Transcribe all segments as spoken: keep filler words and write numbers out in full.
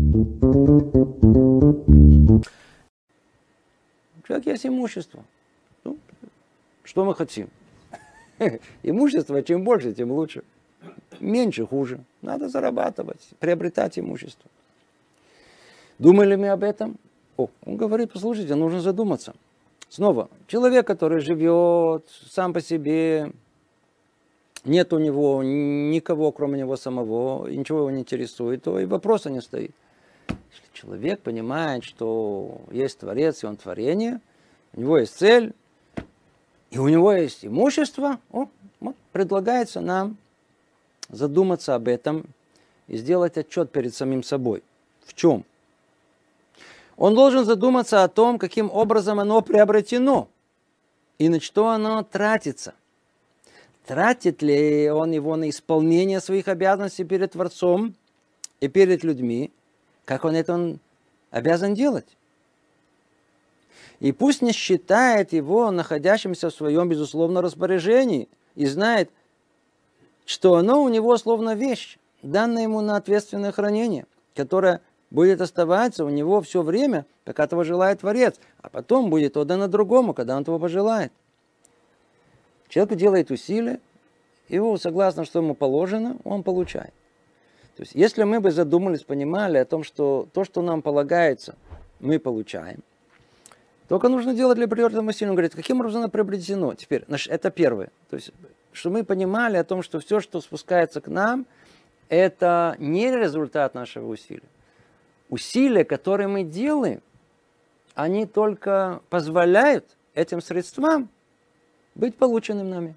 У человека есть имущество. Ну, что мы хотим? Имущество, чем больше, тем лучше. Меньше, хуже. Надо зарабатывать, приобретать имущество. Думали мы об этом? О, он говорит, послушайте, нужно задуматься. Снова, человек, который живет сам по себе, нет у него никого, кроме него самого, и ничего его не интересует, то и вопроса не стоит. Если человек понимает, что есть Творец, и он творение, у него есть цель, и у него есть имущество, о, вот, предлагается нам задуматься об этом и сделать отчет перед самим собой. В чем? Он должен задуматься о том, каким образом оно приобретено и на что оно тратится. Тратит ли он его на исполнение своих обязанностей перед Творцом и перед людьми, как он это он обязан делать. И пусть не считает его находящимся в своем безусловном распоряжении и знает, что оно у него словно вещь, данная ему на ответственное хранение, которая будет оставаться у него все время, пока того желает Творец, а потом будет отдано другому, когда он того пожелает. Человек делает усилия, и согласно, что ему положено, он получает. То есть, если мы бы задумались, понимали о том, что то, что нам полагается, мы получаем, только нужно делать для определенного усилия. Он говорит, каким образом оно приобретено? Теперь, это первое. То есть, что мы понимали о том, что все, что спускается к нам, это не результат нашего усилия. Усилия, которые мы делаем, они только позволяют этим средствам быть полученным нами.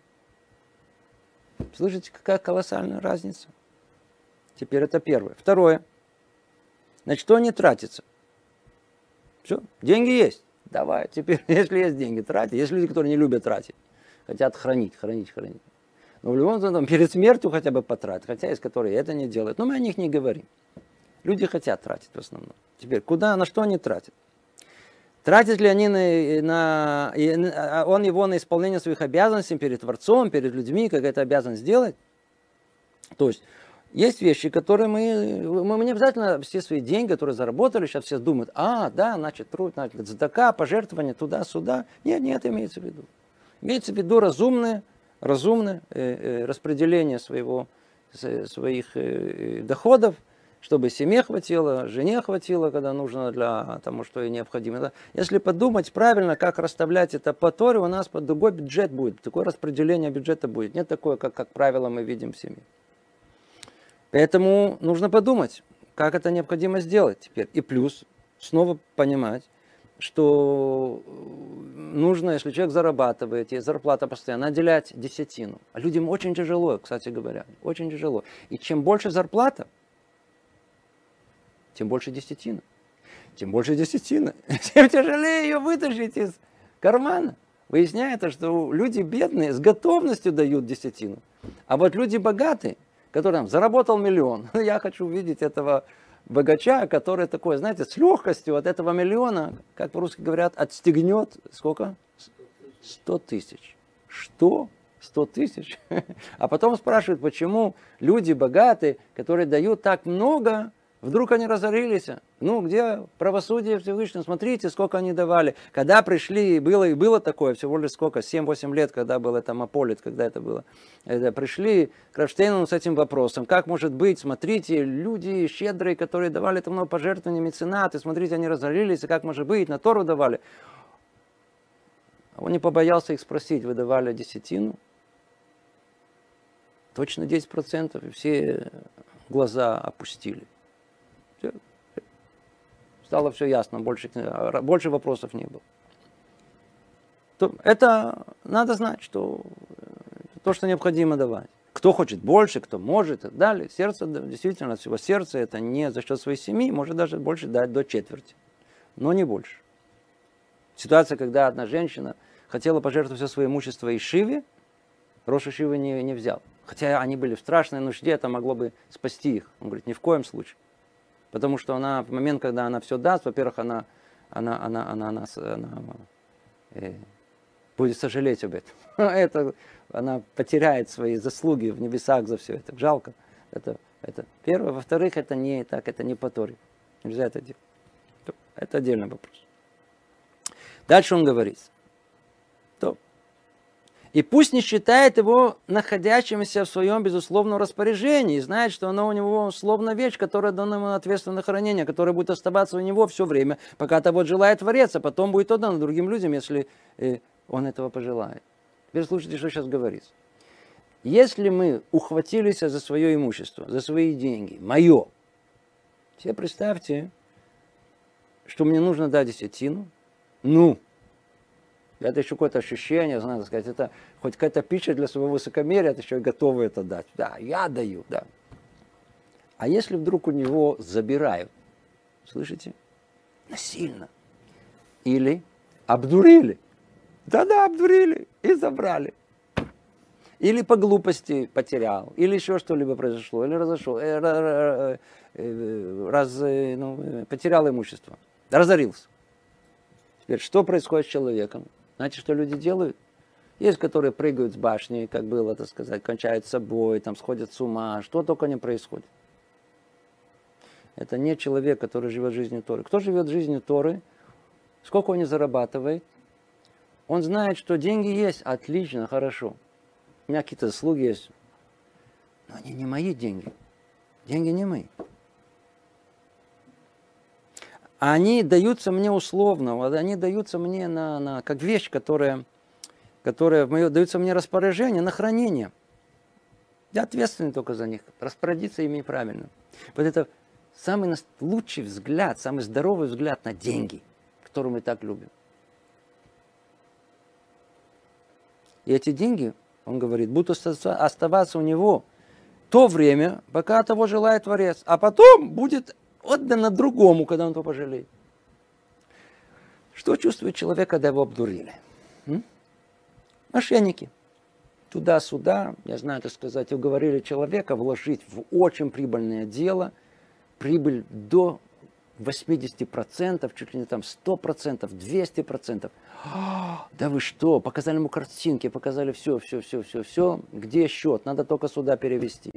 Слышите, какая колоссальная разница? Теперь это первое. Второе. На что они тратятся? Все, деньги есть. Давай, теперь, если есть деньги, трать. Есть люди, которые не любят тратить. Хотят хранить, хранить, хранить. Но в любом случае, перед смертью хотя бы потратить. Хотя есть, которые это не делают. Но мы о них не говорим. Люди хотят тратить в основном. Теперь, куда, на что они тратят? Тратят ли они на, на, он его на исполнение своих обязанностей перед Творцом, перед людьми, как это обязан сделать? То есть, есть вещи, которые мы, мы не обязательно все свои деньги, которые заработали, сейчас все думают, а, да, значит, труд, значит, задака, пожертвования туда-сюда. Нет, нет, имеется в виду. Имеется в виду разумное, разумное э, э, распределение своего, своих э, доходов, чтобы семье хватило, жене хватило, когда нужно для того, что ей необходимо. Если подумать правильно, как расставлять это по Торе, у нас другой бюджет будет, такое распределение бюджета будет. Нет такое, как, как правило, мы видим в семье. Поэтому нужно подумать, как это необходимо сделать теперь. И плюс, снова понимать, что нужно, если человек зарабатывает, и зарплата постоянно, отделять десятину. А людям очень тяжело, кстати говоря, очень тяжело. И чем больше зарплата, тем больше десятина. Тем больше десятина, тем тяжелее ее вытащить из кармана. Выясняется, что люди бедные с готовностью дают десятину. А вот люди богатые, который там заработал миллион, я хочу увидеть этого богача, который такой, знаете, с легкостью от этого миллиона, как по-русски говорят, отстегнет, сколько? Сто тысяч. Что? Сто тысяч? А потом спрашивают, почему люди богатые, которые дают так много, вдруг они разорились. Ну, где правосудие Всевышнего? Смотрите, сколько они давали. Когда пришли, было и было такое, всего лишь сколько, семь-восемь лет, когда был это Маполит, когда это было. Это пришли к Рафштейну с этим вопросом. Как может быть, смотрите, люди щедрые, которые давали это много пожертвований, меценаты, смотрите, они разорились, и как может быть, на Тору давали. Он не побоялся их спросить, вы давали десятину? Точно десять процентов, и все глаза опустили. Все. Стало все ясно, больше, больше вопросов не было. То, это надо знать, что то, что необходимо давать. Кто хочет больше, кто может и так далее. Сердце, действительно, от всего сердца, это не за счет своей семьи, может даже больше дать до четверти, но не больше. Ситуация, когда одна женщина хотела пожертвовать все свое имущество Ишиве, Рош Ишивы не, не взял. Хотя они были в страшной нужде, это могло бы спасти их. Он говорит, ни в коем случае. Потому что она, в момент, когда она все даст, во-первых, она, она, она, она, она, она э, будет сожалеть об этом. это. Она потеряет свои заслуги в небесах за все это. Жалко. Это, это первое. Во-вторых, это не так, это не по Торе. Нельзя это делать. Это отдельный вопрос. Дальше он говорит. То. И пусть не считает его находящимся в своем безусловном распоряжении, и знает, что оно у него условно вещь, которая дана ему на ответственное хранение, которая будет оставаться у него все время, пока того желает Творец, а потом будет отдано другим людям, если э, он этого пожелает. Теперь слушайте, что сейчас говорится. Если мы ухватились за свое имущество, за свои деньги, мое, себе представьте, что мне нужно дать десятину, ну, это еще какое-то ощущение, надо сказать, это хоть какая-то пища для своего высокомерия, это еще и готовы это дать. Да, я даю, да. А если вдруг у него забирают, слышите, насильно, или обдурили, да-да, обдурили и забрали. Или по глупости потерял, или еще что-либо произошло, или разошел, э, раз, ну, потерял имущество, разорился. Теперь, что происходит с человеком? Знаете, что люди делают? Есть, которые прыгают с башни, как было, так сказать, кончают с собой, там, сходят с ума, что только не происходит. Это не человек, который живет жизнью Торы. Кто живет жизнью Торы, сколько он не зарабатывает, он знает, что деньги есть, отлично, хорошо. У меня какие-то заслуги есть. Но они не мои деньги. Деньги не мои. Они даются мне условно, они даются мне на, на, как вещь, которая, которая в мое, даются мне распоряжение на хранение. Я ответственный только за них. Распорядиться ими правильно. Вот это самый лучший взгляд, самый здоровый взгляд на деньги, которые мы так любим. И эти деньги, он говорит, будут оставаться у него то время, пока того желает Творец. А потом будет отдано другому, когда он то пожалеет. Что чувствует человек, когда его обдурили? М? Мошенники. Туда-сюда, я знаю, так сказать, уговорили человека вложить в очень прибыльное дело прибыль до восемьдесят процентов, чуть ли не там сто процентов, двести процентов. Да вы что? Показали ему картинки, показали все, все, все, все, все. Где счет? Надо только сюда перевести.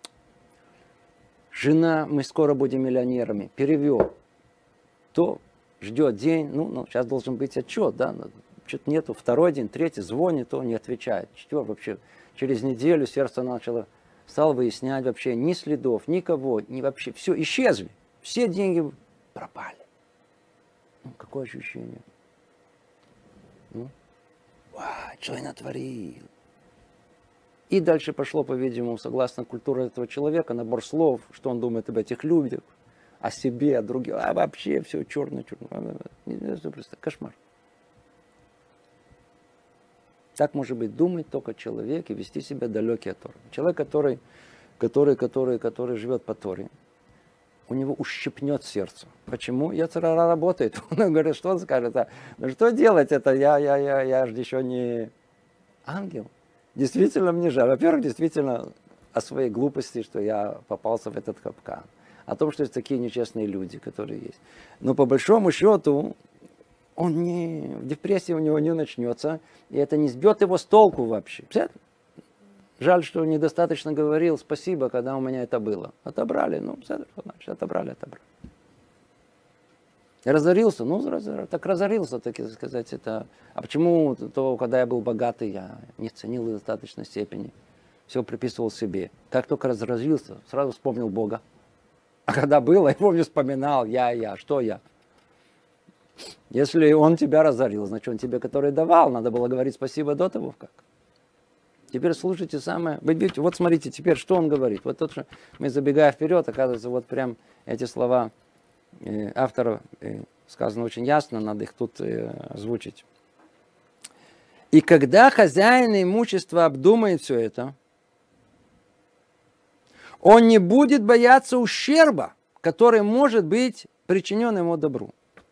Жена, мы скоро будем миллионерами. Перевел. То ждет день, ну, ну сейчас должен быть отчет, да, что-то нету. Второй день, третий, звонит, то не отвечает. Четвертый, вообще, через неделю сердце начало, стал выяснять вообще ни следов, никого, ни вообще, все, исчезли. Все деньги пропали. Ну, какое ощущение? Ну, вау, что я натворил? И дальше пошло, по-видимому, согласно культуре этого человека, набор слов, что он думает об этих людях, о себе, о других, а вообще все черно-черно. Кошмар. Так может быть думать только человек и вести себя далекий от Торы. Человек, который, который, который, который живет по Торе, у него ущипнет сердце. Почему? Яцер-ара работает. Он говорит, что он скажет? А, ну что делать это? Я, я, я, я же еще не ангел. Действительно мне жаль. Во-первых, действительно о своей глупости, что я попался в этот капкан. О том, что есть такие нечестные люди, которые есть. Но по большому счету, он не, в депрессии у него не начнется, и это не сбьет его с толку вообще. Жаль, что недостаточно говорил спасибо, когда у меня это было. Отобрали, ну, что значит, отобрали, отобрали. Разорился, ну, разорился, так разорился, так сказать, это... А почему то, когда я был богатый, я не ценил в достаточной степени, все приписывал себе. Как только разорился, сразу вспомнил Бога. А когда было, я помню, вспоминал, я, я, что я. Если он тебя разорил, значит, он тебе, который давал, надо было говорить спасибо до того, как. Теперь слушайте самое, вы видите, вот смотрите, теперь что он говорит. Вот тот, что мы, забегая вперед, оказывается, вот прям эти слова э, автора э, сказаны очень ясно, надо их тут э, озвучить. И когда хозяин имущества обдумает все это, он не будет бояться ущерба, который может быть причинен ему добру.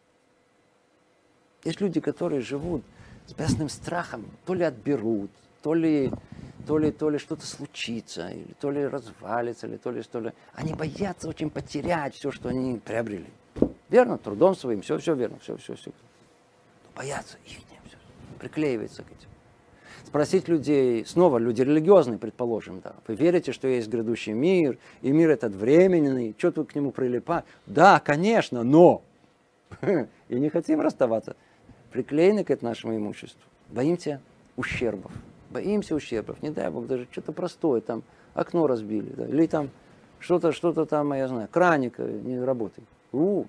Есть люди, которые живут с бешеным страхом, то ли отберут, то ли, то ли, то ли что-то случится, или то ли развалится, или то ли что ли. Они боятся очень потерять все, что они приобрели. Верно? Трудом своим, все, все верно, все, все, все. Боятся, их не, все, приклеивается к этим. Спросить людей, снова люди религиозные, предположим, да. Вы верите, что есть грядущий мир, и мир этот временный, что вы к нему прилипаете? Да, конечно, но... И не хотим расставаться. Приклеены к нашему имуществу. Боимся ущербов. Боимся ущербов. Не дай Бог, даже что-то простое, там окно разбили, да, или там что-то, что-то там, я знаю, краник не работает. У.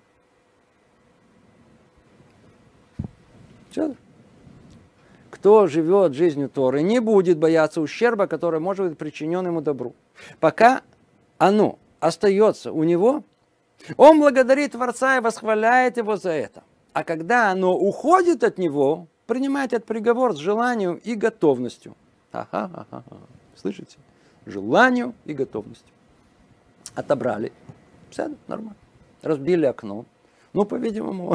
Все. Кто живет жизнью Торы, не будет бояться ущерба, который может быть причинен ему добру. Пока оно остается у него, он благодарит Творца и восхваляет его за это. А когда оно уходит от него, принимает этот приговор с желанием и готовностью. Ага, ага, ага. Слышите? Желанию и готовностью. Отобрали. Все нормально. Разбили окно. Ну, по-видимому,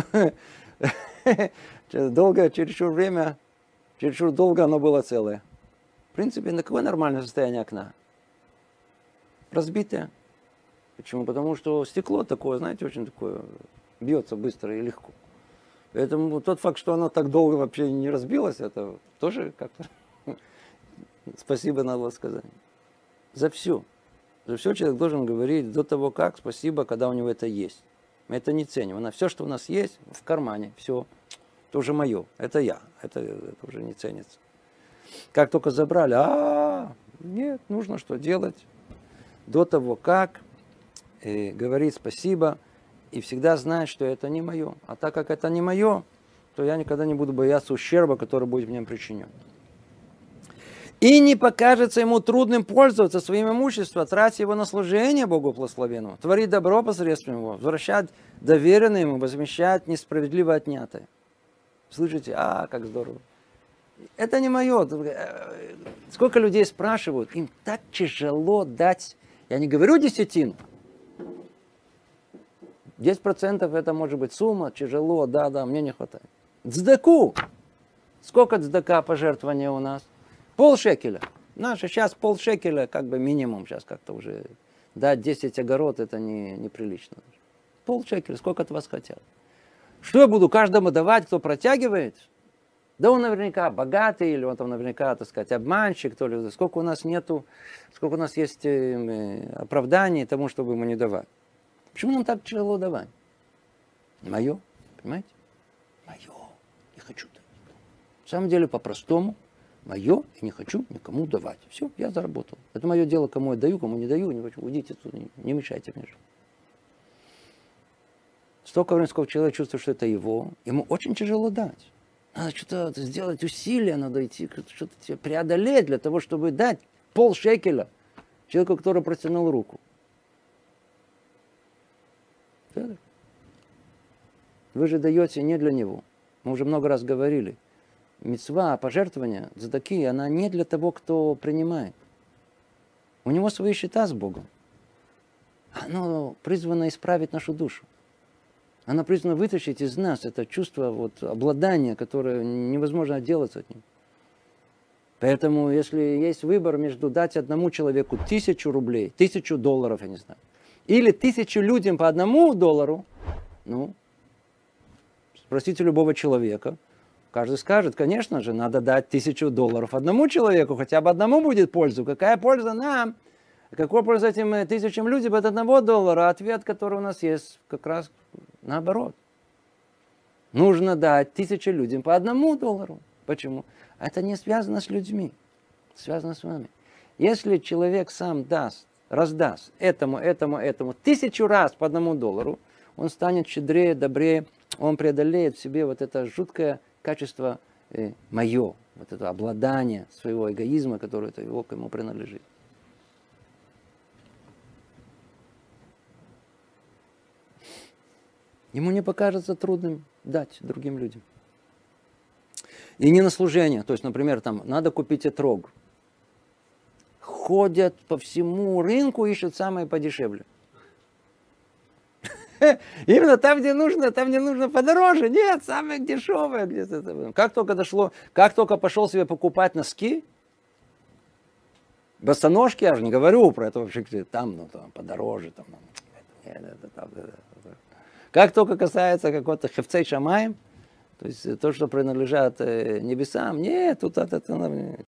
долго, чересчур время, чересчур долго оно было целое. В принципе, на какое нормальное состояние окна? Разбитое. Почему? Потому что стекло такое, знаете, очень такое, бьется быстро и легко. Поэтому тот факт, что оно так долго вообще не разбилось, это тоже как-то спасибо надо сказать. За все. За все человек должен говорить до того, как спасибо, когда у него это есть. Мы это не ценим. На все, что у нас есть, в кармане, все, это уже мое, это я, это, это уже не ценится. Как только забрали, а, нет, нужно что делать до того, как э, говорить спасибо и всегда знать, что это не мое. А так как это не мое, то я никогда не буду бояться ущерба, который будет мне причинен. И не покажется ему трудным пользоваться своим имуществом, тратить его на служение Богу благословенному, творить добро посредством его, возвращать доверенное ему, возмещать несправедливо отнятое. Слышите? А, как здорово. Это не мое. Сколько людей спрашивают, им так тяжело дать, я не говорю десятину, десять процентов это может быть сумма, тяжело, да, да, мне не хватает. Цдаку. Сколько цдака пожертвования у нас? Пол шекеля. Наши сейчас пол шекеля, как бы минимум, сейчас как-то уже дать десять огород, это не, неприлично. Пол шекеля, сколько от вас хотят. Что я буду каждому давать, кто протягивает? Да он наверняка богатый, или он там наверняка, так сказать, обманщик, то ли сколько у нас нету, сколько у нас есть э, оправданий тому, чтобы ему не давать. Почему нам так тяжело давать? Мое, понимаете? Мое, не хочу давать. На самом деле, по-простому, мое, и не хочу никому давать. Все, я заработал. Это мое дело, кому я даю, кому не даю, не хочу. Уйдите отсюда, не, не мешайте мне. Столько времени, сколько человек чувствует, что это его, ему очень тяжело дать. Надо что-то сделать, усилия надо идти, что-то преодолеть для того, чтобы дать пол шекеля человеку, который протянул руку. Вы же даете не для него. Мы уже много раз говорили. Мицва, пожертвования, цдаки, она не для того, кто принимает. У него свои счета с Богом. Оно призвано исправить нашу душу. Оно призвано вытащить из нас это чувство вот, обладания, которое невозможно отделаться от него. Поэтому, если есть выбор между дать одному человеку тысячу рублей, тысячу долларов, я не знаю, или тысячу людям по одному доллару, ну, спросите любого человека, каждый скажет, конечно же, надо дать тысячу долларов одному человеку, хотя бы одному будет пользу. Какая польза нам? Какой польза этим тысячам людям от одного доллара? Ответ, который у нас есть, как раз наоборот. Нужно дать тысяче людям по одному доллару. Почему? Это не связано с людьми, связано с вами. Если человек сам даст, раздаст этому, этому, этому тысячу раз по одному доллару, он станет щедрее, добрее, он преодолеет в себе вот это жуткое качество э, мое, вот это обладание своего эгоизма, которое это его, ему принадлежит. Ему не покажется трудным дать другим людям. И не на служение. То есть, например, там надо купить этрог. Ходят по всему рынку, ищут самое подешевле. Именно там, где нужно, там, где нужно подороже. Нет, самое дешевое. Где-то. Как только дошло, как только пошел себе покупать носки, босоножки, я же не говорю про это вообще, там, ну, там подороже. Там, как только касается какого-то хефцей шамаем, то есть то, что принадлежат небесам, нет, тут это, это